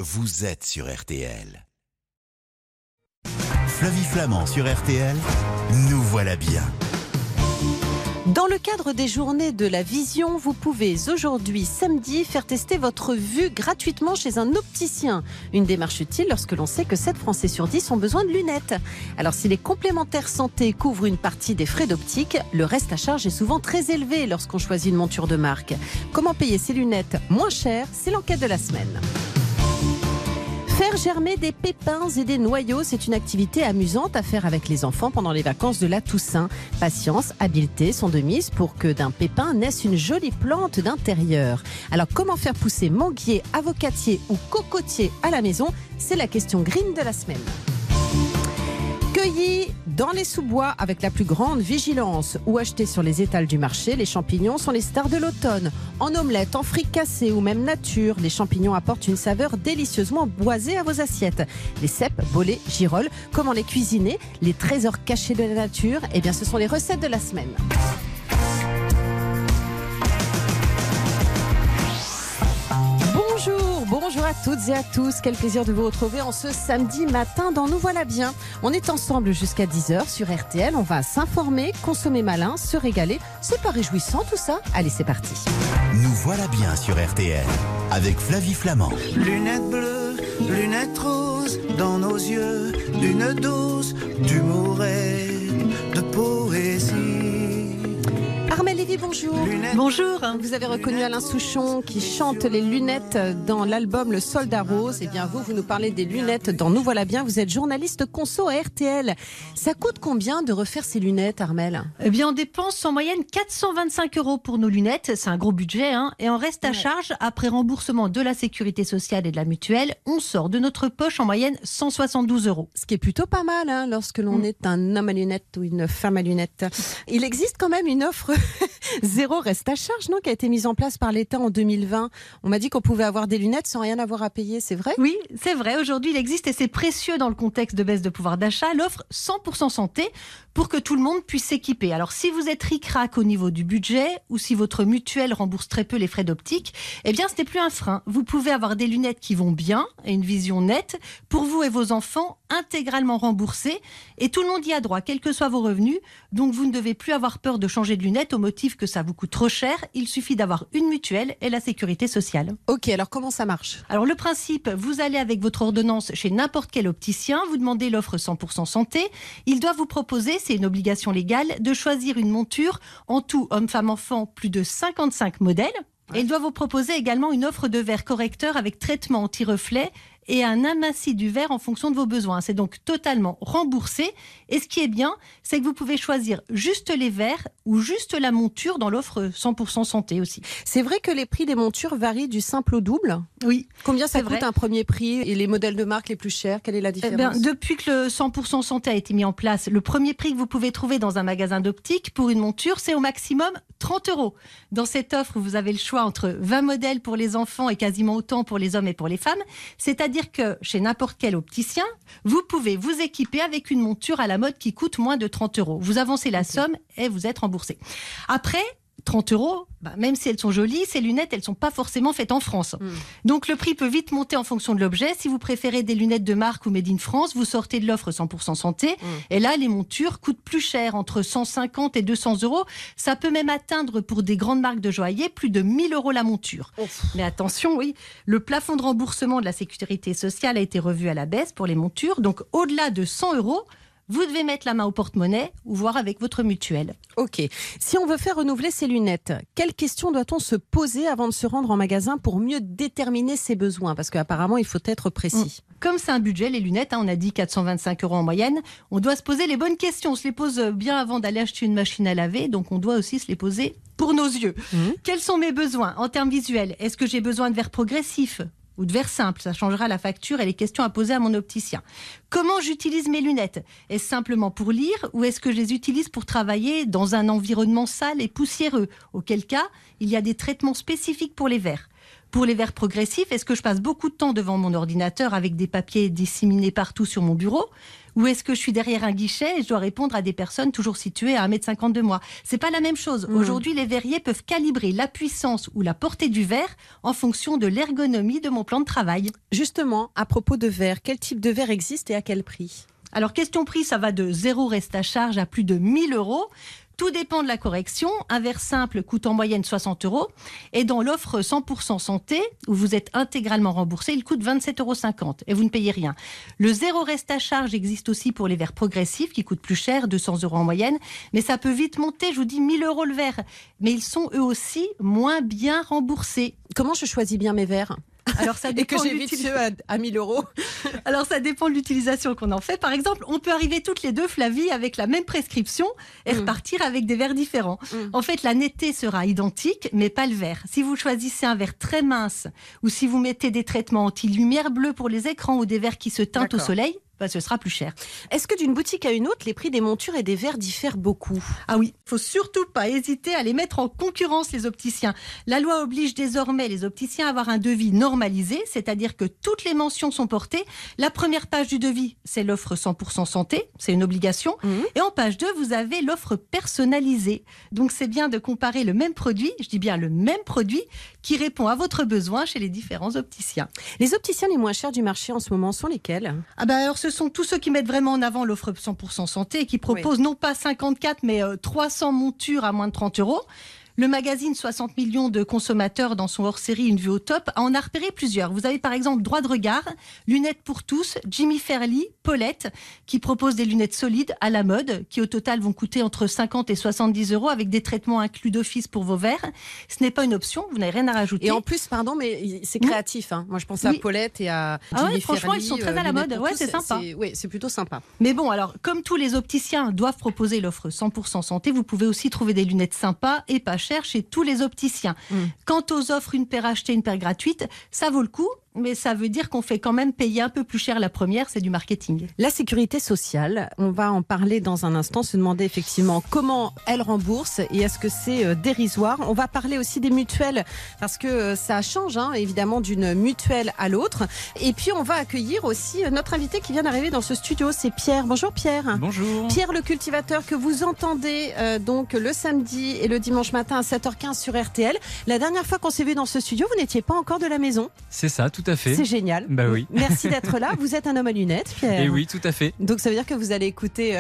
vous êtes sur RTL. Flavie Flamand sur RTL, nous voilà bien. Dans le cadre des journées de la vision, vous pouvez aujourd'hui, samedi, faire tester votre vue gratuitement chez un opticien. Une démarche utile lorsque l'on sait que 7 Français sur 10 ont besoin de lunettes. Alors si les complémentaires santé couvrent une partie des frais d'optique, le reste à charge est souvent très élevé lorsqu'on choisit une monture de marque. Comment payer ses lunettes moins chères? C'est l'enquête de la semaine. Faire germer des pépins et des noyaux, c'est une activité amusante à faire avec les enfants pendant les vacances de la Toussaint. Patience, habileté sont de mise pour que d'un pépin naisse une jolie plante d'intérieur. Alors comment faire pousser manguier, avocatier ou cocotier à la maison? C'est la question green de la semaine. Cueillis dans les sous-bois avec la plus grande vigilance ou achetés sur les étals du marché, les champignons sont les stars de l'automne. En omelette, en fricassé ou même nature, les champignons apportent une saveur délicieusement boisée à vos assiettes. Les cèpes, bolets, girolles, comment les cuisiner? Les trésors cachés de la nature, eh bien ce sont les recettes de la semaine. Bonjour à toutes et à tous, quel plaisir de vous retrouver en ce samedi matin dans Nous Voilà Bien. On est ensemble jusqu'à 10h sur RTL, on va s'informer, consommer malin, se régaler. C'est pas réjouissant tout ça? Allez, c'est parti. Nous voilà bien sur RTL, avec Flavie Flamand. Lunettes bleues, lunettes roses, dans nos yeux, une dose d'humour et de poésie. Armelle Lévy, bonjour. Bonjour. Vous avez reconnu Alain Souchon qui chante les lunettes dans l'album Le Soldat Rose. Eh bien vous nous parlez des lunettes dans Nous Voilà Bien. Vous êtes journaliste conso à RTL. Ça coûte combien de refaire ces lunettes, Armelle? Eh bien, on dépense en moyenne 425 € pour nos lunettes. C'est un gros budget, hein. Et en reste à charge, après remboursement de la sécurité sociale et de la mutuelle, on sort de notre poche en moyenne 172 €. Ce qui est plutôt pas mal, hein, lorsque l'on est un homme à lunettes ou une femme à lunettes. Il existe quand même une offre zéro reste à charge, non, qui a été mise en place par l'État en 2020. On m'a dit qu'on pouvait avoir des lunettes sans rien avoir à payer, c'est vrai? Oui, c'est vrai. Aujourd'hui, il existe, et c'est précieux dans le contexte de baisse de pouvoir d'achat, l'offre 100% santé pour que tout le monde puisse s'équiper. Alors, si vous êtes ric-rac au niveau du budget ou si votre mutuelle rembourse très peu les frais d'optique, eh bien, ce n'est plus un frein. Vous pouvez avoir des lunettes qui vont bien et une vision nette pour vous et vos enfants, intégralement remboursées, et tout le monde y a droit, quels que soient vos revenus. Donc, vous ne devez plus avoir peur de changer de lunettes au motif que ça vous coûte trop cher. Il suffit d'avoir une mutuelle et la sécurité sociale. Ok, alors comment ça marche? Alors le principe, vous allez avec votre ordonnance chez n'importe quel opticien, vous demandez l'offre 100% santé. Il doit vous proposer, c'est une obligation légale, de choisir une monture, en tout homme, femme, enfant, plus de 55 modèles. Et il doit vous proposer également une offre de verre correcteur avec traitement anti-reflet et un aminci du verre en fonction de vos besoins. C'est donc totalement remboursé. Et ce qui est bien, c'est que vous pouvez choisir juste les verres ou juste la monture dans l'offre 100% santé aussi. C'est vrai que les prix des montures varient du simple au double? Oui. Combien ça coûte vrai. un premier prix et les modèles de marque les plus chers? Quelle est la différence? Depuis que le 100% santé a été mis en place, le premier prix que vous pouvez trouver dans un magasin d'optique pour une monture, c'est au maximum 30 €. Dans cette offre, vous avez le choix entre 20 modèles pour les enfants et quasiment autant pour les hommes et pour les femmes. C'est-à-dire que chez n'importe quel opticien, vous pouvez vous équiper avec une monture à la mode qui coûte moins de 30 €. Vous avancez la somme et vous êtes remboursé. Après, 30 €, même si elles sont jolies, ces lunettes, elles ne sont pas forcément faites en France. Donc le prix peut vite monter en fonction de l'objet. Si vous préférez des lunettes de marque ou Made in France, vous sortez de l'offre 100% santé. Et là, les montures coûtent plus cher, entre 150 et 200 €. Ça peut même atteindre, pour des grandes marques de joailliers, plus de 1000 € la monture. Mais attention, oui, le plafond de remboursement de la sécurité sociale a été revu à la baisse pour les montures. Donc au-delà de 100 €, vous devez mettre la main au porte-monnaie ou voir avec votre mutuelle. Ok. Si on veut faire renouveler ses lunettes, quelles questions doit-on se poser avant de se rendre en magasin pour mieux déterminer ses besoins? Parce qu'apparemment, il faut être précis. Comme c'est un budget, les lunettes, on a dit 425 € en moyenne, on doit se poser les bonnes questions. On se les pose bien avant d'aller acheter une machine à laver, donc on doit aussi se les poser pour nos yeux. Quels sont mes besoins en termes visuels? Est-ce que j'ai besoin de verre progressif ou de verre simple? Ça changera la facture et les questions à poser à mon opticien. Comment j'utilise mes lunettes? Est-ce simplement pour lire ou est-ce que je les utilise pour travailler dans un environnement sale et poussiéreux? Auquel cas, il y a des traitements spécifiques pour les verres. Pour les verres progressifs, est-ce que je passe beaucoup de temps devant mon ordinateur avec des papiers disséminés partout sur mon bureau ? Ou est-ce que je suis derrière un guichet et je dois répondre à des personnes toujours situées à 1,50 m de moi ? C'est pas la même chose. Aujourd'hui, les verriers peuvent calibrer la puissance ou la portée du verre en fonction de l'ergonomie de mon plan de travail. Justement, à propos de verre, quel type de verre existe et à quel prix ? Alors, question prix, ça va de 0 reste à charge à plus de 1 000 €. Tout dépend de la correction. Un verre simple coûte en moyenne 60 €. Et dans l'offre 100% santé, où vous êtes intégralement remboursé, il coûte 27,50 € et vous ne payez rien. Le 0 reste à charge existe aussi pour les verres progressifs qui coûtent plus cher, 200 € en moyenne. Mais ça peut vite monter, je vous dis 1 000 € le verre. Mais ils sont eux aussi moins bien remboursés. Comment je choisis bien mes verres ? Alors ça Et dépend que j'évite ceux à 1 000 €. Alors ça dépend de l'utilisation qu'on en fait. Par exemple, on peut arriver toutes les deux, Flavie, avec la même prescription et repartir avec des verres différents. En fait, la netteté sera identique, mais pas le verre. Si vous choisissez un verre très mince ou si vous mettez des traitements anti-lumière bleue pour les écrans ou des verres qui se teintent au soleil, ce sera plus cher. Est-ce que d'une boutique à une autre, les prix des montures et des verres diffèrent beaucoup ? Ah oui, il faut surtout pas hésiter à les mettre en concurrence, les opticiens. La loi oblige désormais les opticiens à avoir un devis normalisé, c'est-à-dire que toutes les mentions sont portées. La première page du devis, c'est l'offre 100% santé, c'est une obligation. Et en page 2, vous avez l'offre personnalisée. Donc c'est bien de comparer le même produit, je dis bien le même produit, qui répond à votre besoin chez les différents opticiens. Les opticiens les moins chers du marché en ce moment sont lesquels ? Alors ce sont tous ceux qui mettent vraiment en avant l'offre 100% santé et qui proposent non pas 54 mais 300 montures à moins de 30 €. Le magazine 60 millions de consommateurs dans son hors-série Une vue au top en a repéré plusieurs. Vous avez par exemple Droit de regard, Lunettes pour tous, Jimmy Fairly, Paulette, qui propose des lunettes solides à la mode, qui au total vont coûter entre 50 et 70 € avec des traitements inclus d'office pour vos verres. Ce n'est pas une option, vous n'avez rien à rajouter. Et en plus, pardon, mais c'est créatif. Hein. Moi, je pensais à Paulette et à Jimmy franchement, Fairly, ils sont très à la mode. Ouais, c'est sympa. C'est plutôt sympa. Mais bon, alors, comme tous les opticiens doivent proposer l'offre 100% santé, vous pouvez aussi trouver des lunettes sympas et pas chères chez tous les opticiens. Quant aux offres une paire achetée, une paire gratuite, ça vaut le coup. Mais ça veut dire qu'on fait quand même payer un peu plus cher la première, c'est du marketing. La sécurité sociale, on va en parler dans un instant, se demander effectivement comment elle rembourse et est-ce que c'est dérisoire. On va parler aussi des mutuelles parce que ça change évidemment d'une mutuelle à l'autre. Et puis on va accueillir aussi notre invité qui vient d'arriver dans ce studio, c'est Pierre. Bonjour Pierre. Bonjour. Pierre le cultivateur que vous entendez donc le samedi et le dimanche matin à 7h15 sur RTL. La dernière fois qu'on s'est vu dans ce studio, vous n'étiez pas encore de la maison. C'est ça, tout à fait. C'est génial. Bah oui. Merci d'être là. Vous êtes un homme à lunettes, Pierre. Et oui, tout à fait. Donc ça veut dire que vous allez écouter...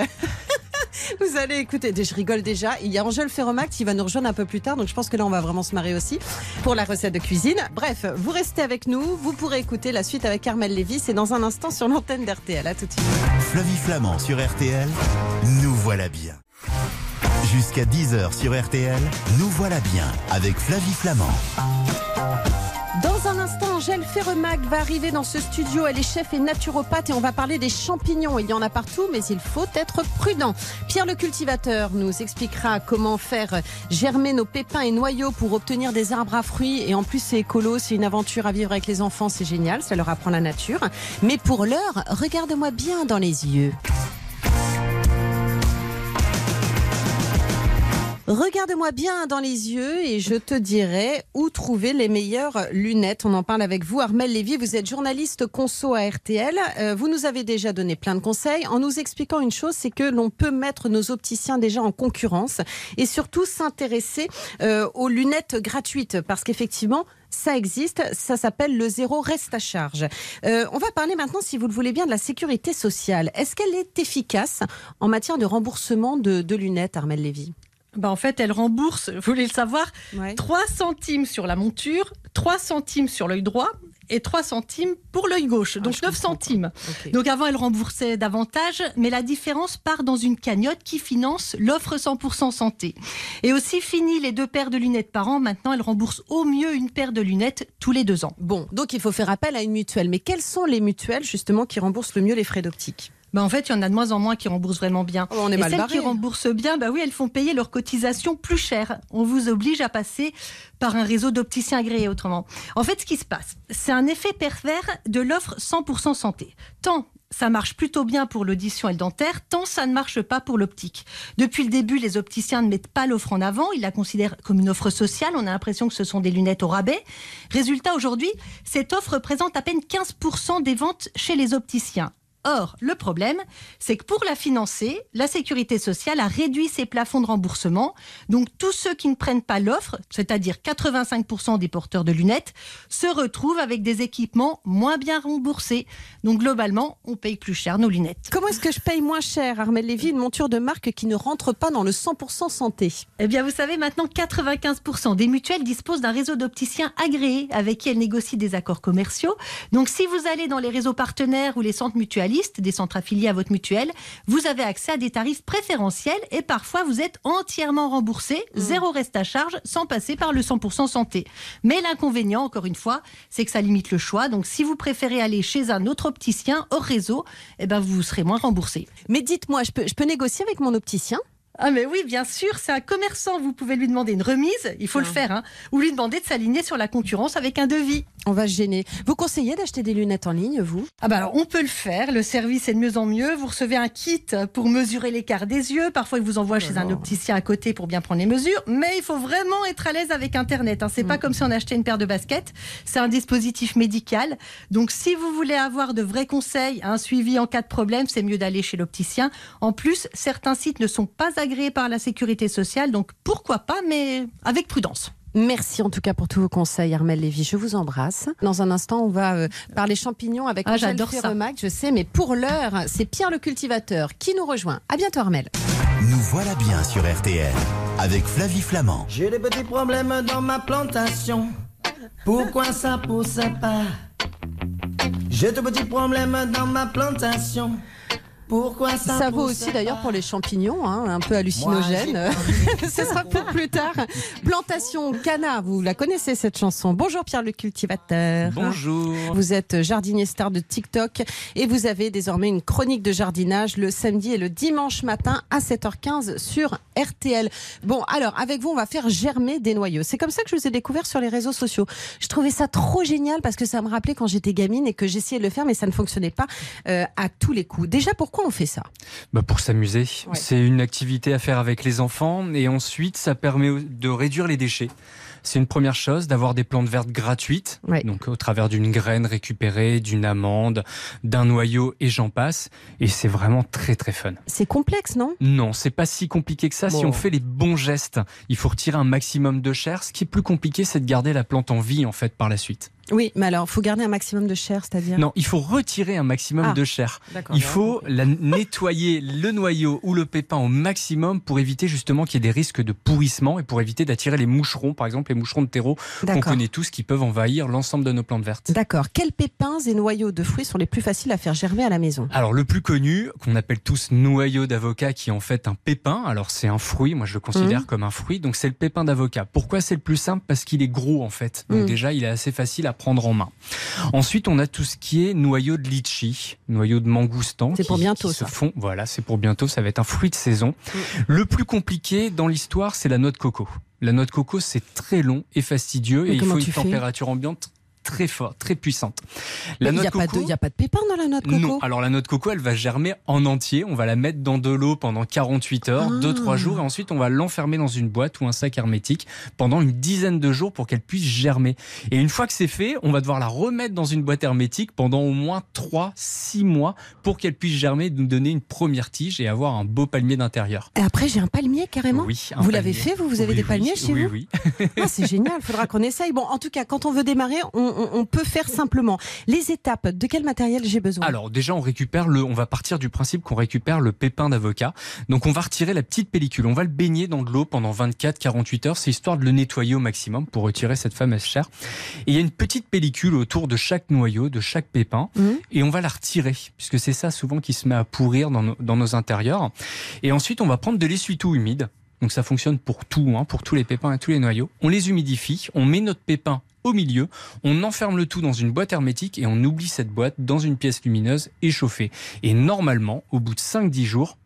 Vous allez écouter, je rigole déjà. Il y a Angèle Ferromac qui va nous rejoindre un peu plus tard, donc je pense que là on va vraiment se marrer aussi pour la recette de cuisine. Bref, vous restez avec nous, vous pourrez écouter la suite avec Armelle Lévy, c'est dans un instant sur l'antenne d'RTL. À tout de suite. Flavie Flamand sur RTL, nous voilà bien. Jusqu'à 10h sur RTL, nous voilà bien avec Flavie Flamand. Dans un instant, Angèle Ferromac va arriver dans ce studio. Elle est chef et naturopathe et on va parler des champignons. Il y en a partout, mais il faut être prudent. Pierre le cultivateur nous expliquera comment faire germer nos pépins et noyaux pour obtenir des arbres à fruits. Et en plus, c'est écolo, c'est une aventure à vivre avec les enfants, c'est génial, ça leur apprend la nature. Mais pour l'heure, regarde-moi bien dans les yeux. Regarde-moi bien dans les yeux et je te dirai où trouver les meilleures lunettes. On en parle avec vous, Armelle Lévy. Vous êtes journaliste conso à RTL. Vous nous avez déjà donné plein de conseils en nous expliquant une chose, c'est que l'on peut mettre nos opticiens déjà en concurrence et surtout s'intéresser aux lunettes gratuites parce qu'effectivement, ça existe, ça s'appelle le zéro reste à charge. On va parler maintenant, si vous le voulez bien, de la sécurité sociale. Est-ce qu'elle est efficace en matière de remboursement de lunettes, Armelle Lévy ? En fait, elle rembourse, vous voulez le savoir, 3 centimes sur la monture, 3 centimes sur l'œil droit et 3 centimes pour l'œil gauche, donc 9 centimes. Okay. Donc avant, elle remboursait davantage, mais la différence part dans une cagnotte qui finance l'offre 100% santé. Et aussi, fini les 2 paires de lunettes par an, maintenant elle rembourse au mieux une paire de lunettes tous les 2 ans. Bon, donc il faut faire appel à une mutuelle. Mais quelles sont les mutuelles justement qui remboursent le mieux les frais d'optique ? En fait, il y en a de moins en moins qui remboursent vraiment bien. On est mal celles barré. Qui remboursent bien, oui, elles font payer leurs cotisations plus chères. On vous oblige à passer par un réseau d'opticiens agréés autrement. En fait, ce qui se passe, c'est un effet pervers de l'offre 100% santé. Tant ça marche plutôt bien pour l'audition et le dentaire, tant ça ne marche pas pour l'optique. Depuis le début, les opticiens ne mettent pas l'offre en avant, ils la considèrent comme une offre sociale, on a l'impression que ce sont des lunettes au rabais. Résultat, aujourd'hui, cette offre représente à peine 15% des ventes chez les opticiens. Or, le problème, c'est que pour la financer, la Sécurité sociale a réduit ses plafonds de remboursement. Donc, tous ceux qui ne prennent pas l'offre, c'est-à-dire 85% des porteurs de lunettes, se retrouvent avec des équipements moins bien remboursés. Donc, globalement, on paye plus cher nos lunettes. Comment est-ce que je paye moins cher, Armelle Lévy, une monture de marque qui ne rentre pas dans le 100% santé? Eh bien, vous savez, maintenant, 95% des mutuelles disposent d'un réseau d'opticiens agréés avec qui elles négocient des accords commerciaux. Donc, si vous allez dans les réseaux partenaires ou les centres mutualistes, des centres affiliés à votre mutuelle, vous avez accès à des tarifs préférentiels et parfois vous êtes entièrement remboursé, zéro reste à charge, sans passer par le 100% santé. Mais l'inconvénient, encore une fois, c'est que ça limite le choix. Donc, si vous préférez aller chez un autre opticien hors réseau, eh ben, vous serez moins remboursé. Mais dites-moi, je peux négocier avec mon opticien? Ah mais oui, bien sûr, c'est un commerçant. Vous pouvez lui demander une remise, il faut le faire, hein, ou lui demander de s'aligner sur la concurrence avec un devis. On va se gêner. Vous conseillez d'acheter des lunettes en ligne, vous? Ah bah alors, on peut le faire, le service est de mieux en mieux. Vous recevez un kit pour mesurer l'écart des yeux. Parfois, il vous envoie chez un opticien à côté pour bien prendre les mesures. Mais il faut vraiment être à l'aise avec Internet, hein. C'est pas comme si on achetait une paire de baskets. C'est un dispositif médical. Donc, si vous voulez avoir de vrais conseils, un suivi en cas de problème, c'est mieux d'aller chez l'opticien. En plus, certains sites ne sont pas agréés par la Sécurité sociale. Donc, pourquoi pas, mais avec prudence. Merci en tout cas pour tous vos conseils, Armelle Lévy. Je vous embrasse. Dans un instant, on va parler champignons avec Angèle Ferremac, je sais, mais pour l'heure, c'est Pierre le cultivateur qui nous rejoint. À bientôt, Armelle. Nous voilà bien sur RTL avec Flavie Flamand. J'ai des petits problèmes dans ma plantation. Pourquoi ça pousse pas? J'ai de petits problèmes dans ma plantation. Pourquoi ça vaut aussi d'ailleurs pour les champignons, hein, un peu hallucinogènes. Ce sera pour plus tard. Plantation Cana, vous la connaissez cette chanson. Bonjour Pierre le cultivateur. Bonjour. Vous êtes jardinier star de TikTok et vous avez désormais une chronique de jardinage le samedi et le dimanche matin à 7h15 sur RTL. Bon, alors avec vous, on va faire germer des noyaux. C'est comme ça que je vous ai découvert sur les réseaux sociaux. Je trouvais ça trop génial parce que ça me rappelait quand j'étais gamine et que j'essayais de le faire mais ça ne fonctionnait pas à tous les coups. Déjà, pourquoi on fait ça? Pour s'amuser. Ouais. C'est une activité à faire avec les enfants et ensuite ça permet de réduire les déchets. C'est une première chose, d'avoir des plantes vertes gratuites, donc au travers d'une graine récupérée, d'une amande, d'un noyau et j'en passe. Et c'est vraiment très très fun. C'est complexe, non? Non, c'est pas si compliqué que ça. Si on fait les bons gestes, il faut retirer un maximum de chair. Ce qui est plus compliqué, c'est de garder la plante en vie en fait par la suite. Oui, mais alors, il faut garder un maximum de chair, c'est-à-dire? Non, il faut retirer un maximum de chair. D'accord. Il faut nettoyer le noyau ou le pépin au maximum pour éviter justement qu'il y ait des risques de pourrissement et pour éviter d'attirer les moucherons, par exemple les moucherons de terreau qu'on connaît tous, qui peuvent envahir l'ensemble de nos plantes vertes. D'accord. Quels pépins et noyaux de fruits sont les plus faciles à faire germer à la maison? Alors le plus connu, qu'on appelle tous noyau d'avocat, qui est en fait un pépin. Alors c'est un fruit, moi je le considère comme un fruit, donc c'est le pépin d'avocat. Pourquoi c'est le plus simple? Parce qu'il est gros en fait. Donc déjà il est assez facile à prendre en main. Ensuite, on a tout ce qui est noyau de litchi, noyau de mangoustan. C'est pour bientôt, qui ça. se font. Voilà, c'est pour bientôt. Ça va être un fruit de saison. Le plus compliqué dans l'histoire, c'est la noix de coco. La noix de coco, c'est très long et fastidieux et il faut une température ambiante très forte, très puissante. Il n'y a pas de pépins dans la noix de coco? Non, alors la noix de coco, elle va germer en entier. On va la mettre dans de l'eau pendant 48 heures, 2-3 jours, et ensuite on va l'enfermer dans une boîte ou un sac hermétique pendant une dizaine de jours pour qu'elle puisse germer. Et une fois que c'est fait, on va devoir la remettre dans une boîte hermétique pendant au moins 3-6 mois pour qu'elle puisse germer, nous donner une première tige et avoir un beau palmier d'intérieur. Et après, j'ai un palmier carrément? Oui. Vous l'avez fait, vous avez des palmiers chez vous? Oui. C'est génial, il faudra qu'on essaye. Bon, en tout cas, quand on veut démarrer, on peut faire simplement. Les étapes, de quel matériel j'ai besoin? Alors déjà, on va partir du principe qu'on récupère le pépin d'avocat. Donc on va retirer la petite pellicule, on va le baigner dans de l'eau pendant 24-48 heures, c'est histoire de le nettoyer au maximum pour retirer cette fameuse chair. Et il y a une petite pellicule autour de chaque noyau, de chaque pépin, et on va la retirer, puisque c'est ça souvent qui se met à pourrir dans nos intérieurs. Et ensuite, on va prendre de l'essuie-tout humide. Donc ça fonctionne pour tout, pour tous les pépins et tous les noyaux. On les humidifie, on met notre pépin au milieu, on enferme le tout dans une boîte hermétique et on oublie cette boîte dans une pièce lumineuse et chauffée. Et normalement, au bout de 5-10 jours,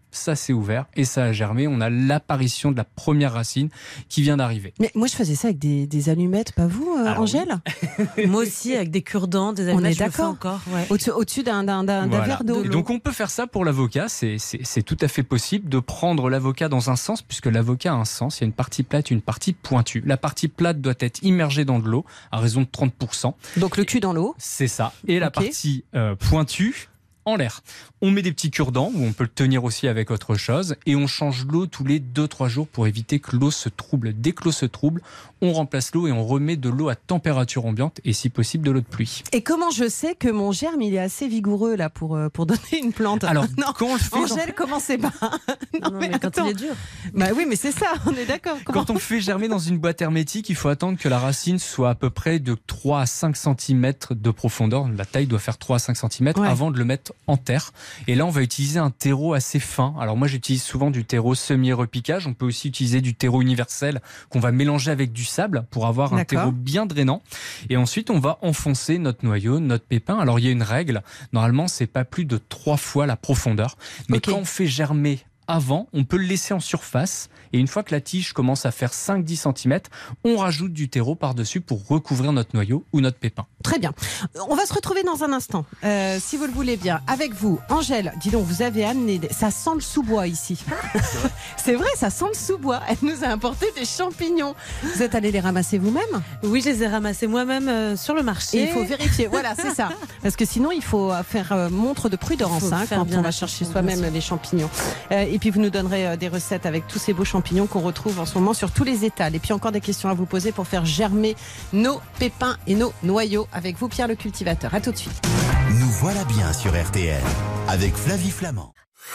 ça s'est ouvert et ça a germé. On a l'apparition de la première racine qui vient d'arriver. Mais moi, je faisais ça avec des allumettes, pas vous, Angèle? Moi aussi, avec des cure-dents, des allumettes, je le fais encore. Ouais. Au-dessus d'un verre d'eau. Et donc on peut faire ça pour l'avocat, c'est tout à fait possible de prendre l'avocat dans un sens, puisque l'avocat a un sens, il y a une partie plate et une partie pointue. La partie plate doit être immergée dans de l'eau à raison de 30%. Donc le cul dans l'eau. C'est ça. Et la partie pointue en l'air. On met des petits cure-dents, où on peut le tenir aussi avec autre chose, et on change l'eau tous les 2-3 jours pour éviter que l'eau se trouble. Dès que l'eau se trouble, on remplace l'eau et on remet de l'eau à température ambiante, et si possible de l'eau de pluie. Et comment je sais que mon germe, il est assez vigoureux là pour donner une plante? Alors, non, quand on le fait Angèle, commencez pas. Non, mais quand attends. il est dur. Bah oui, mais c'est ça, on est d'accord. Quand on le fait germer dans une boîte hermétique, il faut attendre que la racine soit à peu près de 3 à 5 cm de profondeur. La taille doit faire 3 à 5 cm avant de le mettre en terre. Et là, on va utiliser un terreau assez fin. Alors moi, j'utilise souvent du terreau semi-repiquage. On peut aussi utiliser du terreau universel qu'on va mélanger avec du sable pour avoir un terreau bien drainant. Et ensuite, on va enfoncer notre noyau, notre pépin. Alors, il y a une règle. Normalement, c'est pas plus de 3 fois la profondeur. Mais quand on fait germer avant, on peut le laisser en surface. Et une fois que la tige commence à faire 5-10 cm, on rajoute du terreau par-dessus pour recouvrir notre noyau ou notre pépin. Très bien. On va se retrouver dans un instant, si vous le voulez bien, avec vous. Angèle, dis donc, vous avez amené... Ça sent le sous-bois ici. C'est vrai, ça sent le sous-bois. Elle nous a apporté des champignons. Vous êtes allé les ramasser vous-même? Oui, je les ai ramassés moi-même sur le marché. Et il faut vérifier, voilà, c'est ça. Parce que sinon, il faut faire montre de prudence quand on va chercher soi-même les champignons. Et puis, vous nous donnerez des recettes avec tous ces beaux champignons qu'on retrouve en ce moment sur tous les étals. Et puis, encore des questions à vous poser pour faire germer nos pépins et nos noyaux. Avec vous, Pierre le cultivateur. À tout de suite. Nous voilà bien sur RTL avec Flavie Flamand.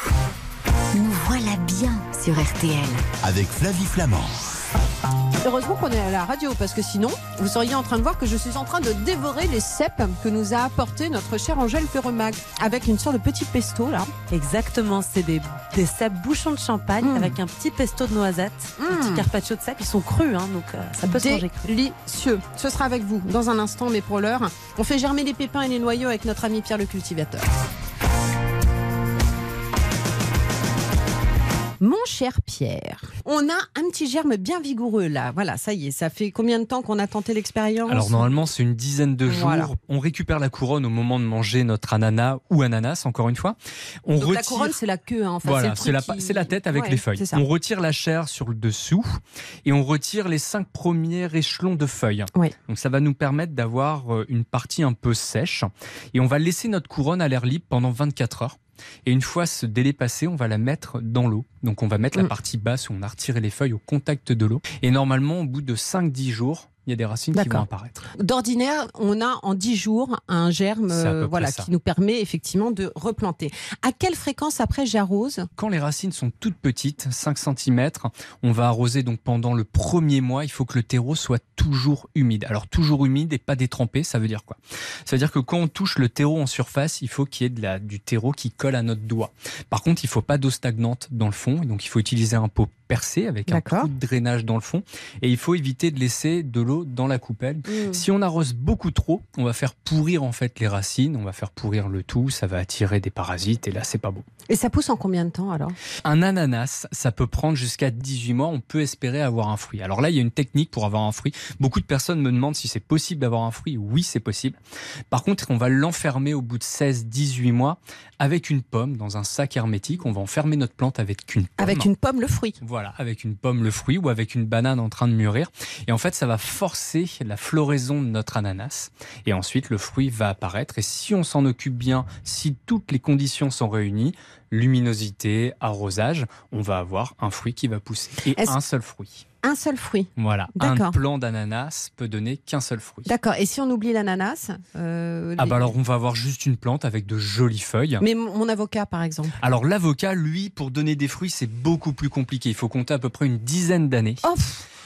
Nous voilà bien sur RTL Avec Flavie Flamand. Heureusement qu'on est à la radio, parce que sinon, vous seriez en train de voir que je suis en train de dévorer les cèpes que nous a apporté notre chère Angèle Ferremag, avec une sorte de petit pesto là. Exactement, c'est des cèpes bouchons de champagne avec un petit pesto de noisettes, un petit carpaccio de cèpes. Ils sont crus, donc ça peut se manger cru. Délicieux. Ce sera avec vous dans un instant, mais pour l'heure, on fait germer les pépins et les noyaux avec notre ami Pierre le cultivateur. Mon cher Pierre, on a un petit germe bien vigoureux là. Voilà, ça y est, ça fait combien de temps qu'on a tenté l'expérience? Alors normalement, c'est une dizaine de jours. Voilà. On récupère la couronne au moment de manger notre ananas ou ananas, encore une fois. Donc la couronne, c'est la queue. Enfin, voilà, c'est la tête avec les feuilles. On retire la chair sur le dessous et on retire les 5 premiers échelons de feuilles. Oui. Donc ça va nous permettre d'avoir une partie un peu sèche. Et on va laisser notre couronne à l'air libre pendant 24 heures. Et une fois ce délai passé, on va la mettre dans l'eau. Donc on va mettre la partie basse où on a retiré les feuilles au contact de l'eau. Et normalement, au bout de 5-10 jours, il y a des racines qui vont apparaître. D'ordinaire, on a en 10 jours un germe qui nous permet effectivement de replanter. À quelle fréquence après j'arrose? Quand les racines sont toutes petites, 5 cm, on va arroser donc pendant le premier mois. Il faut que le terreau soit toujours humide. Alors toujours humide et pas détrempé, ça veut dire quoi? Ça veut dire que quand on touche le terreau en surface, il faut qu'il y ait du terreau qui colle à notre doigt. Par contre, il ne faut pas d'eau stagnante dans le fond. Donc il faut utiliser un pot percé avec un trou de drainage dans le fond. Et il faut éviter de laisser de l'eau dans la coupelle. Si on arrose beaucoup trop, on va faire pourrir en fait les racines, on va faire pourrir le tout, ça va attirer des parasites et là c'est pas beau. Et ça pousse en combien de temps alors? Un ananas, ça peut prendre jusqu'à 18 mois, on peut espérer avoir un fruit. Alors là, il y a une technique pour avoir un fruit. Beaucoup de personnes me demandent si c'est possible d'avoir un fruit. Oui, c'est possible. Par contre, on va l'enfermer au bout de 16-18 mois avec une pomme dans un sac hermétique. On va enfermer notre plante avec une pomme. Avec une pomme, le fruit. Voilà, avec une pomme, le fruit, ou avec une banane en train de mûrir. Et en fait, ça va forcer la floraison de notre ananas. Et ensuite, le fruit va apparaître. Et si on s'en occupe bien, si toutes les conditions sont réunies, luminosité, arrosage, on va avoir un fruit qui va pousser. Et un seul fruit. Un seul fruit. Voilà, un plant d'ananas peut donner qu'un seul fruit. D'accord, et si on oublie l'ananas alors on va avoir juste une plante avec de jolies feuilles. Mais mon avocat par exemple? Alors l'avocat, lui, pour donner des fruits, c'est beaucoup plus compliqué. Il faut compter à peu près une dizaine d'années.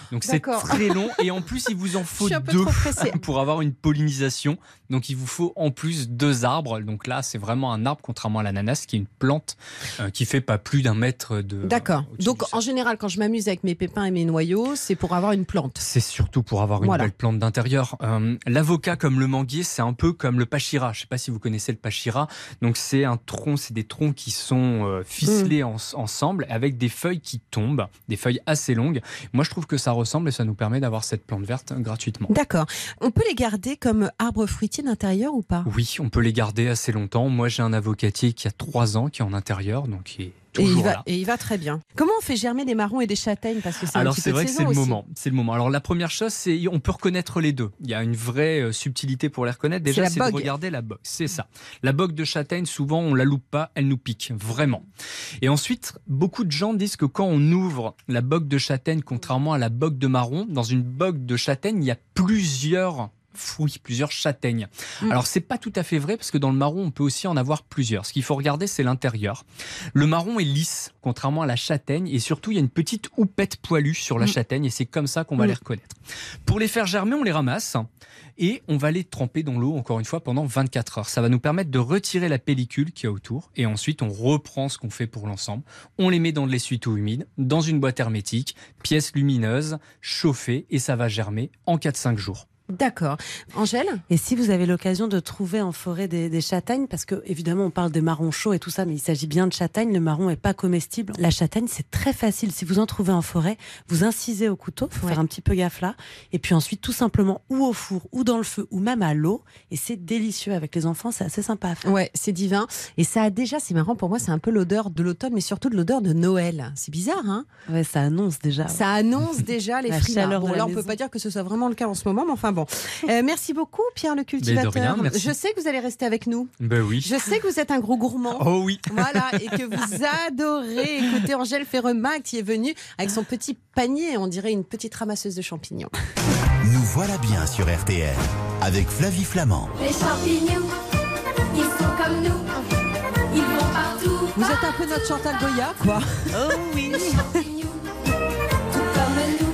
Donc c'est D'accord. très long et en plus il vous en Je faut suis un peu 2 trop pressée. pour avoir une pollinisation. Donc il vous faut en plus 2 arbres. Donc là c'est vraiment un arbre contrairement à l'ananas qui est une plante qui fait pas plus d'1 mètre de. D'accord. au-dessus Donc du sol. en général, quand je m'amuse avec mes pépins et mes noyaux, c'est pour avoir une plante. C'est surtout pour avoir une Voilà. belle plante d'intérieur. L'avocat comme le manguier, c'est un peu comme le pachira. Je ne sais pas si vous connaissez le pachira. Donc c'est un tronc, c'est des troncs qui sont ficelés ensemble avec des feuilles qui tombent, des feuilles assez longues. Moi, je trouve que ça ressemble et ça nous permet d'avoir cette plante verte gratuitement. D'accord. On peut les garder comme arbres fruitiers d'intérieur ou pas? Oui, on peut les garder assez longtemps. Moi, j'ai un avocatier qui a 3 ans, qui est en intérieur, donc qui est Et toujours là. il va très bien. Comment on fait germer des marrons et des châtaignes? Parce que c'est un Alors petit c'est peu vrai de que saison c'est le aussi. moment. C'est le moment. Alors la première chose, c'est on peut reconnaître les deux. Il y a une vraie subtilité pour les reconnaître. Déjà, la c'est de bogue. regarder la bogue. C'est ça. La bogue de châtaigne, souvent, on la loupe pas, elle nous pique vraiment. Et ensuite, beaucoup de gens disent que quand on ouvre la bogue de châtaigne, contrairement à la bogue de marron, dans une bogue de châtaigne, il y a plusieurs fruits, plusieurs châtaignes. Alors c'est pas tout à fait vrai parce que dans le marron on peut aussi en avoir plusieurs. Ce qu'il faut regarder c'est l'intérieur. Le marron est lisse contrairement à la châtaigne et surtout il y a une petite houppette poilue sur la châtaigne et c'est comme ça qu'on va les reconnaître. Pour les faire germer on les ramasse et on va les tremper dans l'eau encore une fois pendant 24 heures. Ça va nous permettre de retirer la pellicule qu'il y a autour et ensuite on reprend ce qu'on fait pour l'ensemble. On les met dans de l'essuie-tout humide, dans une boîte hermétique, pièce lumineuse, chauffée et ça va germer en 4-5 jours. D'accord. Angèle? Et si vous avez l'occasion de trouver en forêt des châtaignes, parce que évidemment on parle des marrons chauds et tout ça, mais il s'agit bien de châtaignes, le marron est pas comestible. La châtaigne c'est très facile, si vous en trouvez en forêt, vous incisez au couteau, faut faire un petit peu gaffe là, et puis ensuite tout simplement ou au four, ou dans le feu, ou même à l'eau, et c'est délicieux avec les enfants, c'est assez sympa à faire. Ouais, c'est divin. Et ça a déjà, c'est marrant pour moi, c'est un peu l'odeur de l'automne, mais surtout de l'odeur de Noël. C'est bizarre, hein? Ouais, ça annonce déjà. Ouais. Ça annonce déjà les La frimas. chaleur Bon, de la là, on peut maison. pas dire que ce soit vraiment le cas en ce moment, mais enfin bon. Merci beaucoup, Pierre le cultivateur. Mais de rien, merci. Je sais que vous allez rester avec nous. Ben oui. Je sais que vous êtes un gros gourmand. Oh oui. Voilà, et que vous adorez écouter Angèle Ferremac qui est venue avec son petit panier, on dirait une petite ramasseuse de champignons. Nous voilà bien sur RTL avec Flavie Flamand. Les champignons, ils sont comme nous, ils vont partout. Vous êtes un peu notre Chantal Goya, quoi. Oh oui. Les champignons, tout comme nous.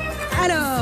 Alors,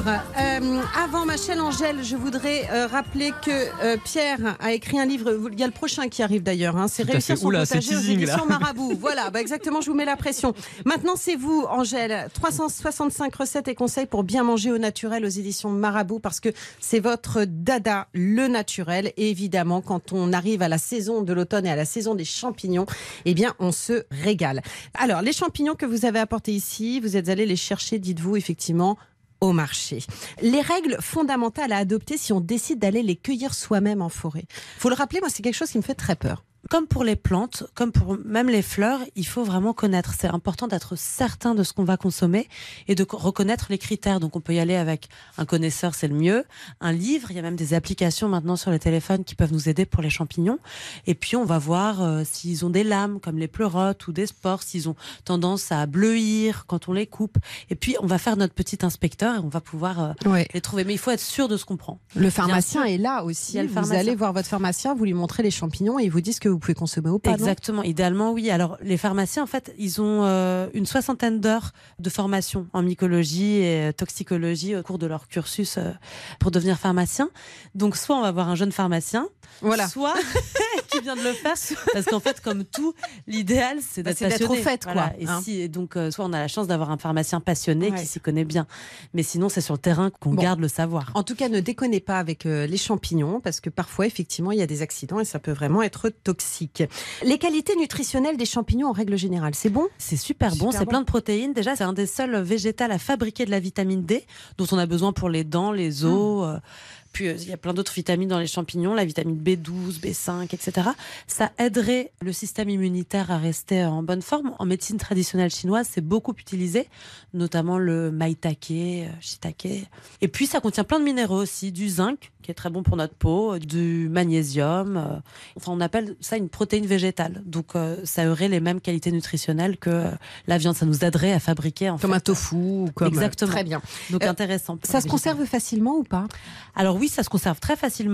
avant ma chère Angèle, je voudrais rappeler que Pierre a écrit un livre. Il y a le prochain qui arrive d'ailleurs. Hein, c'est Tout à Réussir fait. son Oula, potager c'est aux teasing, là. éditions Marabout. Voilà, bah exactement, je vous mets la pression. Maintenant, c'est vous, Angèle. 365 recettes et conseils pour bien manger au naturel aux éditions Marabout parce que c'est votre dada, le naturel. Et évidemment, quand on arrive à la saison de l'automne et à la saison des champignons, eh bien, on se régale. Alors, les champignons que vous avez apportés ici, vous êtes allés les chercher, dites-vous, effectivement, au marché. Les règles fondamentales à adopter si on décide d'aller les cueillir soi-même en forêt. Faut le rappeler, moi c'est quelque chose qui me fait très peur. Comme pour les plantes, comme pour même les fleurs, il faut vraiment connaître. C'est important d'être certain de ce qu'on va consommer et de reconnaître les critères. Donc on peut y aller avec un connaisseur, c'est le mieux. Un livre, il y a même des applications maintenant sur les téléphones qui peuvent nous aider pour les champignons. Et puis on va voir s'ils ont des lames comme les pleurotes ou des spores, s'ils ont tendance à bleuir quand on les coupe. Et puis on va faire notre petit inspecteur et on va pouvoir les trouver. Mais il faut être sûr de ce qu'on prend. Le pharmacien Bien sûr. est là aussi. Il y a le Vous pharmacien. allez voir votre pharmacien, vous lui montrez les champignons et il vous dit ce que vous pouvez consommer ou pas. non ? Exactement, idéalement oui. Alors les pharmaciens en fait ils ont une 60aine d'heures de formation en mycologie et toxicologie au cours de leur cursus pour devenir pharmacien. Donc soit on va voir un jeune pharmacien, Voilà. soit qui vient de le faire parce qu'en fait comme tout l'idéal c'est d'être c'est d'être passionné. au fait, quoi, Voilà. hein. Et donc soit on a la chance d'avoir un pharmacien passionné Ouais. qui s'y connaît bien, mais sinon c'est sur le terrain qu'on Bon. garde le savoir. En tout cas, ne déconnez pas avec les champignons parce que parfois, effectivement, il y a des accidents et ça peut vraiment être toxique. Les qualités nutritionnelles des champignons en règle générale, c'est bon ? C'est super bon, Super c'est bon. plein de protéines. Déjà, c'est un des seuls végétals à fabriquer de la vitamine D, dont on a besoin pour les dents, les os. Puis il y a plein d'autres vitamines dans les champignons, la vitamine B12, B5, etc. Ça aiderait le système immunitaire à rester en bonne forme. En médecine traditionnelle chinoise, c'est beaucoup utilisé, notamment le maitake, shiitake. Et puis ça contient plein de minéraux aussi, du zinc, qui est très bon pour notre peau, du magnésium. Enfin, on appelle ça une protéine végétale. Donc ça aurait les mêmes qualités nutritionnelles que la viande. Ça nous aiderait à fabriquer Comme un tofu ou comme... Exactement. Très bien. Donc intéressant. pour Ça les se végétales. conserve facilement ou pas ? Alors oui, ça se conserve très facilement.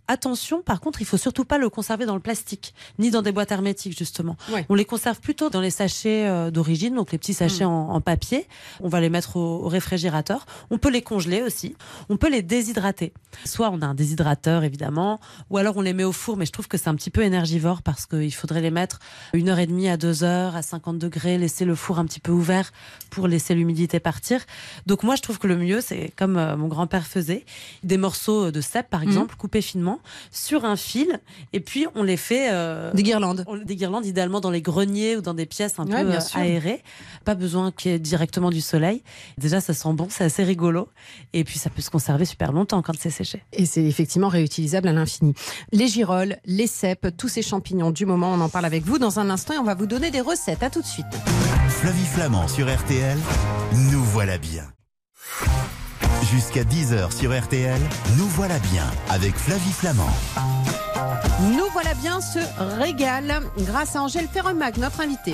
attention, par contre, il faut surtout pas le conserver dans le plastique, ni dans des boîtes hermétiques, justement. Ouais. On les conserve plutôt dans les sachets d'origine, donc les petits sachets en papier. On va les mettre au réfrigérateur. On peut les congeler aussi. On peut les déshydrater. Soit on a un déshydrateur, évidemment, ou alors on les met au four, mais je trouve que c'est un petit peu énergivore parce qu'il faudrait les mettre 1h30 à 2h à 50 degrés, laisser le four un petit peu ouvert pour laisser l'humidité partir. Donc moi, je trouve que le mieux, c'est comme mon grand-père faisait, des morceaux de cèpe, par exemple, coupés finement, sur un fil, et puis on les fait... Des guirlandes. Des guirlandes, idéalement dans les greniers ou dans des pièces un Ouais, peu bien sûr. aérées. Pas besoin qu'il y ait directement du soleil. Déjà, ça sent bon, c'est assez rigolo. Et puis, ça peut se conserver super longtemps quand c'est séché. Et c'est effectivement réutilisable à l'infini. Les girolles, les cèpes, tous ces champignons du moment, on en parle avec vous dans un instant et on va vous donner des recettes. À tout de suite. Flavie Flamand sur RTL, nous voilà bien. Jusqu'à 10h sur RTL, nous voilà bien avec Flavie Flamand. Nous voilà bien ce régal grâce à Angèle Ferremac, notre invitée.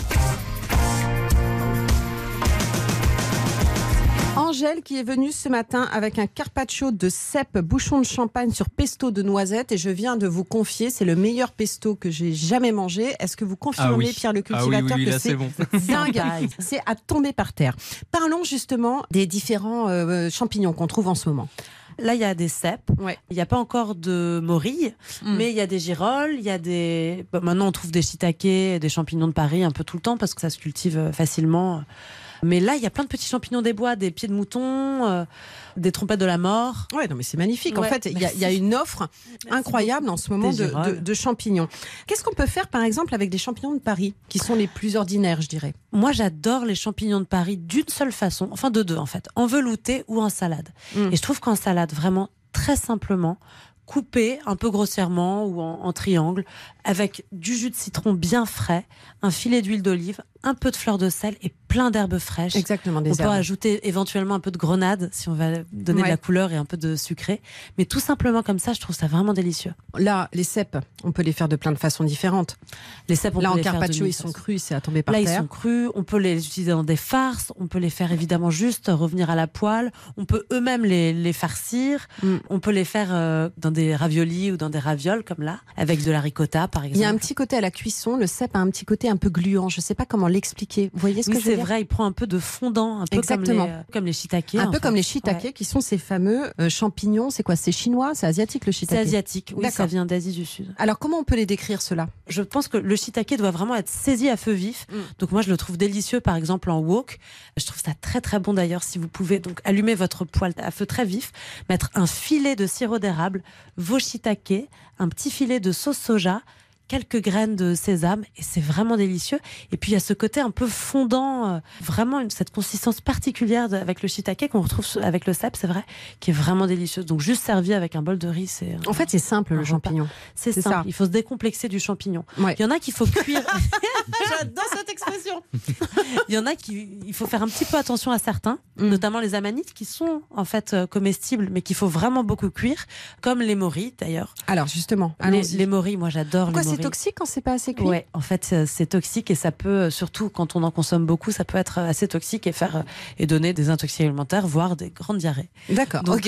Angèle qui est venue ce matin avec un carpaccio de cèpe, bouchon de champagne sur pesto de noisettes et je viens de vous confier, c'est le meilleur pesto que j'ai jamais mangé. Est-ce que vous confirmez, Pierre le cultivateur, oui, que là, c'est bon. dingue, c'est à tomber par terre. Parlons justement des différents champignons qu'on trouve en ce moment. Là, il y a des cèpes. Ouais. Il n'y a pas encore de morilles, mais il y a des girolles, il y a des... Maintenant, on trouve des shiitakes, des champignons de Paris un peu tout le temps parce que ça se cultive facilement. Mais là, il y a plein de petits champignons des bois, des pieds de mouton, des trompettes de la mort. Ouais, non, mais c'est magnifique. En Ouais, fait, il y a une offre incroyable en ce moment Des girolles. de champignons. Qu'est-ce qu'on peut faire, par exemple, avec des champignons de Paris, qui sont les plus ordinaires, je dirais? Moi, j'adore les champignons de Paris d'une seule façon, enfin de deux en fait, en velouté ou en salade. Et je trouve qu'en salade, vraiment, très simplement, coupé un peu grossièrement ou en triangle, avec du jus de citron bien frais, un filet d'huile d'olive, un peu de fleur de sel et plein d'herbes fraîches. Exactement, On des peut herbes. ajouter éventuellement un peu de grenade si on va donner de la couleur et un peu de sucré. Mais tout simplement comme ça, je trouve ça vraiment délicieux. Là, les cèpes, on peut les faire de plein de façons différentes. Les cèpes, on Là, peut en les faire de carpaccio, mille ils sont façons. crus, c'est à tomber par Là, terre. ils sont crus. On peut les utiliser dans des farces. On peut les faire évidemment juste revenir à la poêle. On peut eux-mêmes les farcir. On peut les faire dans des raviolis ou dans des ravioles comme là, avec de la ricotta par exemple. Il y a un petit côté à la cuisson, le cèpe a un petit côté un peu gluant. Je ne sais pas comment l'expliquer. Vous voyez ce que Oui, je veux c'est dire? vrai. Il prend un peu de fondant, un peu Exactement. comme les shiitakes. Un en peu fait. comme les shiitakes, Ouais. qui sont ces fameux champignons. C'est quoi? C'est chinois? C'est asiatique le C'est shiitake? asiatique. Oui, D'accord. ça vient d'Asie du Sud. Alors, comment on peut les décrire, cela? Je pense que le shiitake doit vraiment être saisi à feu vif. Donc moi, je le trouve délicieux, par exemple, en wok. Je trouve ça très, très bon d'ailleurs, si vous pouvez donc allumer votre poêle à feu très vif, mettre un filet de sirop d'érable, vos shiitake, un petit filet de sauce soja, quelques graines de sésame et c'est vraiment délicieux. Et puis il y a ce côté un peu fondant, vraiment cette consistance particulière avec le shiitake qu'on retrouve avec le cèpe, c'est vrai, qui est vraiment délicieuse. Donc juste servi avec un bol de riz, c'est... En fait, c'est simple, le repas. champignon. C'est c'est simple, ça. il faut se décomplexer du champignon. Ouais. Il y en a qu'il faut cuire... J'adore cette expression. Il y en a il faut faire un petit peu attention à certains, notamment les amanites qui sont en fait comestibles, mais qu'il faut vraiment beaucoup cuire, comme les morilles d'ailleurs. Alors, justement, Les morilles, moi j'adore Pourquoi les c'est morilles. toxique quand c'est pas assez cuit? Ouais, en fait c'est toxique et ça peut, surtout quand on en consomme beaucoup, ça peut être assez toxique et et donner des intoxications alimentaires, voire des grandes diarrhées. D'accord, Donc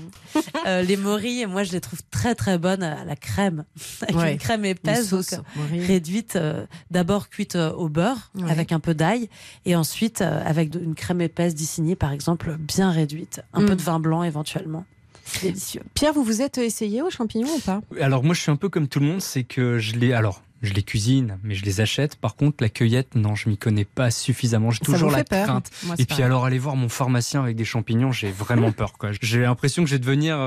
ok. les morilles, moi je les trouve très très bonnes à la crème, avec Ouais. une crème Une épaisse, sauce, donc, morilles. réduite, d'abord cuite au beurre Ouais. avec un peu d'ail et ensuite avec une crème épaisse d'Issigny par exemple, bien réduite, un peu de vin blanc éventuellement. C'est délicieux. Pierre, vous vous êtes essayé aux champignons ou pas? Alors moi je suis un peu comme tout le monde, c'est que je les cuisine, mais je les achète. Par contre, la cueillette, non, je m'y connais pas suffisamment. J'ai Ça toujours vous la fait peur? crainte. Moi, c'est Et puis pareil. alors, aller voir mon pharmacien avec des champignons, j'ai vraiment peur, quoi. J'ai l'impression que je vais devenir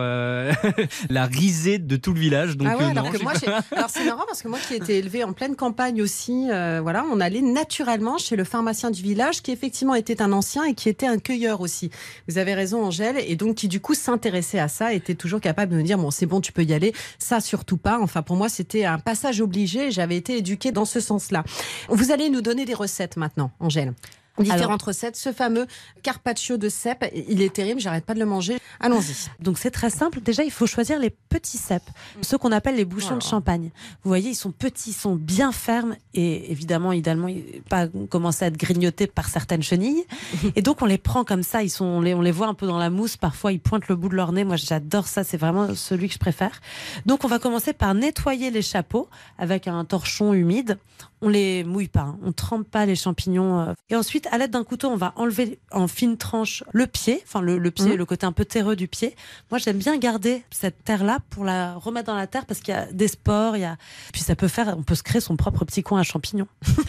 la risée de tout le village. Donc, Ah ouais, alors non, que moi, alors c'est marrant parce que moi qui ai été élevée en pleine campagne aussi, voilà, on allait naturellement chez le pharmacien du village qui effectivement était un ancien et qui était un cueilleur aussi. Vous avez raison, Angèle, et donc qui du coup s'intéressait à ça, était toujours capable de me dire bon, c'est bon, tu peux y aller, ça surtout pas. Enfin, pour moi, c'était un passage obligé. J'avais été éduquée dans ce sens-là. Vous allez nous donner des recettes maintenant, Angèle. Différentes recettes. Ce fameux carpaccio de cèpe, il est terrible, j'arrête pas de le manger. Allons-y. Donc c'est très simple. Déjà, il faut choisir les petits cèpes, ceux qu'on appelle les bouchons de champagne. Vous voyez, ils sont petits, ils sont bien fermes et évidemment, idéalement, pas commencer à être grignotés par certaines chenilles. Et donc on les prend comme ça. On les voit un peu dans la mousse. Parfois, ils pointent le bout de leur nez. Moi, j'adore ça. C'est vraiment celui que je préfère. Donc on va commencer par nettoyer les chapeaux avec un torchon humide. On les mouille pas, on trempe pas les champignons. Et ensuite, à l'aide d'un couteau, on va enlever en fines tranches le pied, enfin le pied, le côté un peu terreux du pied. Moi, j'aime bien garder cette terre-là pour la remettre dans la terre parce qu'il y a des spores, puis on peut se créer son propre petit coin à champignons.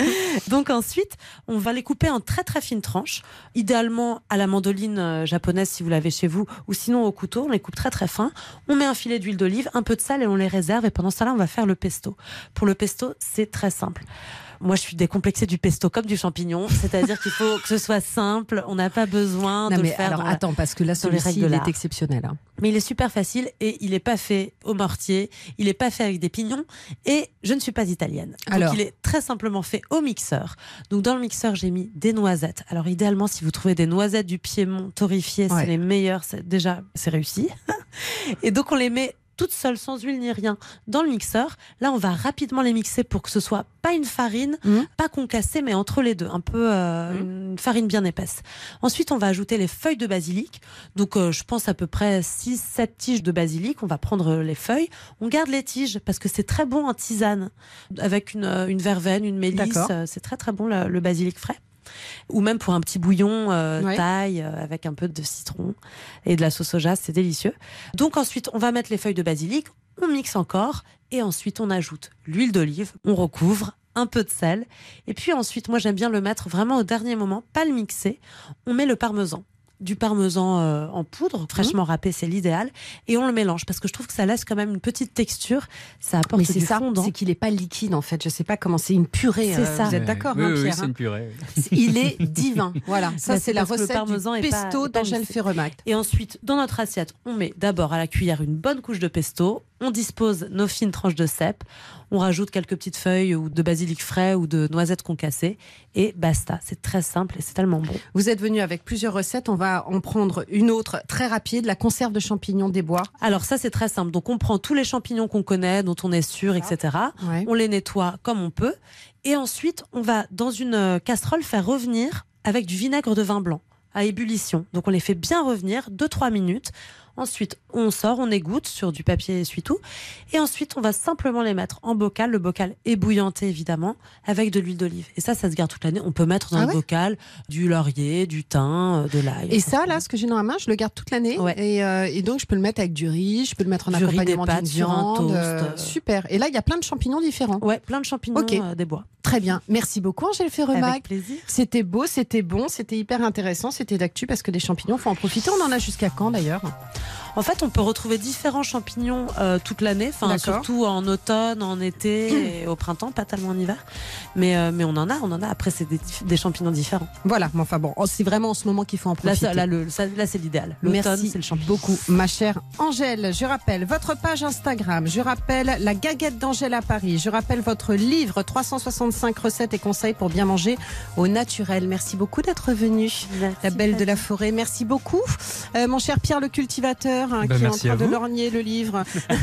Donc ensuite, on va les couper en très très fines tranches, idéalement à la mandoline japonaise si vous l'avez chez vous, ou sinon au couteau. On les coupe très très fins. On met un filet d'huile d'olive, un peu de sel et on les réserve. Et pendant ce temps-là, on va faire le pesto. Pour le pesto, c'est très simple. Moi, je suis décomplexée du pesto comme du champignon, c'est-à-dire qu'il faut que ce soit simple. On n'a pas besoin de le faire. Alors attends, parce que là, celui-ci, il est exceptionnel. Hein. Mais il est super facile et il n'est pas fait au mortier, il n'est pas fait avec des pignons. Et je ne suis pas italienne. Donc il est très simplement fait au mixeur. Donc dans le mixeur, j'ai mis des noisettes. Alors idéalement, si vous trouvez des noisettes du Piémont torréfiées, c'est les meilleures. C'est réussi. Et donc on les met toutes seules, sans huile ni rien, dans le mixeur. Là, on va rapidement les mixer pour que ce soit pas une farine, pas concassée, mais entre les deux, un peu une farine bien épaisse. Ensuite, on va ajouter les feuilles de basilic. Donc, je pense à peu près 6-7 tiges de basilic. On va prendre les feuilles. On garde les tiges parce que c'est très bon en tisane. Avec une verveine, une mélisse. C'est très très bon le basilic frais. Ou même pour un petit bouillon thaï avec un peu de citron et de la sauce soja, c'est délicieux. Donc ensuite, on va mettre les feuilles de basilic, on mixe encore et ensuite on ajoute l'huile d'olive, on recouvre, un peu de sel et puis ensuite, moi j'aime bien le mettre vraiment au dernier moment, pas le mixer, on met le parmesan. Du parmesan en poudre, fraîchement râpé, c'est l'idéal. Et on le mélange parce que je trouve que ça laisse quand même une petite texture. Ça apporte du fondant. C'est qu'il n'est pas liquide en fait. Je ne sais pas comment c'est une purée. C'est ça. Vous êtes d'accord, oui, Pierre? Oui, c'est une purée. Il est divin. Voilà, ça c'est la recette du pesto d'Angèle Ferremact. Et ensuite, dans notre assiette, on met d'abord à la cuillère une bonne couche de pesto. On dispose nos fines tranches de cèpe. On rajoute quelques petites feuilles ou de basilic frais ou de noisettes concassées. Et basta. C'est très simple et c'est tellement bon. Vous êtes venu avec plusieurs recettes. On va en prendre une autre très rapide. La conserve de champignons des bois. Alors ça, c'est très simple. Donc on prend tous les champignons qu'on connaît, dont on est sûr, etc. Ouais. On les nettoie comme on peut. Et ensuite, on va dans une casserole faire revenir avec du vinaigre de vin blanc à ébullition. Donc on les fait bien revenir 2-3 minutes. Ensuite, on sort, on égoutte sur du papier essuie-tout. Et ensuite, on va simplement les mettre en bocal. Le bocal ébouillanté, évidemment, avec de l'huile d'olive. Et ça se garde toute l'année. On peut mettre dans le bocal du laurier, du thym, de l'ail. Et ça, là, ce que j'ai dans la main, je le garde toute l'année. Ouais. Et donc, je peux le mettre avec du riz, je peux le mettre en accompagnement d'une viande. Sur un toast. Super. Et là, il y a plein de champignons différents. Ouais, plein de champignons des bois. Très bien. Merci beaucoup, Angèle Ferremact. Avec plaisir. C'était beau, c'était bon, c'était hyper intéressant, c'était d'actu parce que des champignons, il faut en profiter. On en a jusqu'à quand, d'ailleurs ? En fait, on peut retrouver différents champignons toute l'année, surtout en automne, en été et au printemps, pas tellement en hiver. Mais on en a. Après, c'est des champignons différents. Voilà, mais enfin bon, c'est vraiment en ce moment qu'il faut en profiter. Là, c'est l'idéal. L'automne, c'est le champignon. Beaucoup, ma chère Angèle. Je rappelle votre page Instagram, je rappelle la Gaguette d'Angèle à Paris, je rappelle votre livre 365 recettes et conseils pour bien manger au naturel. Merci beaucoup d'être venu. La belle de la forêt. Merci beaucoup, mon cher Pierre le cultivateur. Qui est en train de lorgner le livre.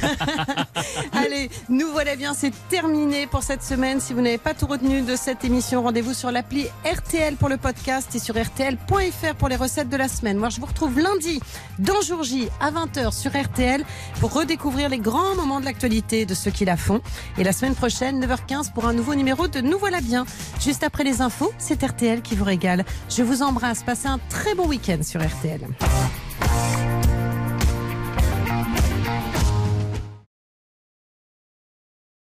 Allez, nous voilà bien, c'est terminé pour cette semaine. Si vous n'avez pas tout retenu de cette émission, rendez-vous sur l'appli RTL pour le podcast et sur rtl.fr pour les recettes de la semaine. Moi, je vous retrouve lundi dans Jour J à 20h sur RTL pour redécouvrir les grands moments de l'actualité de ceux qui la font. Et la semaine prochaine, 9h15 pour un nouveau numéro de Nous voilà bien. Juste après les infos, c'est RTL qui vous régale. Je vous embrasse. Passez un très bon week-end sur RTL.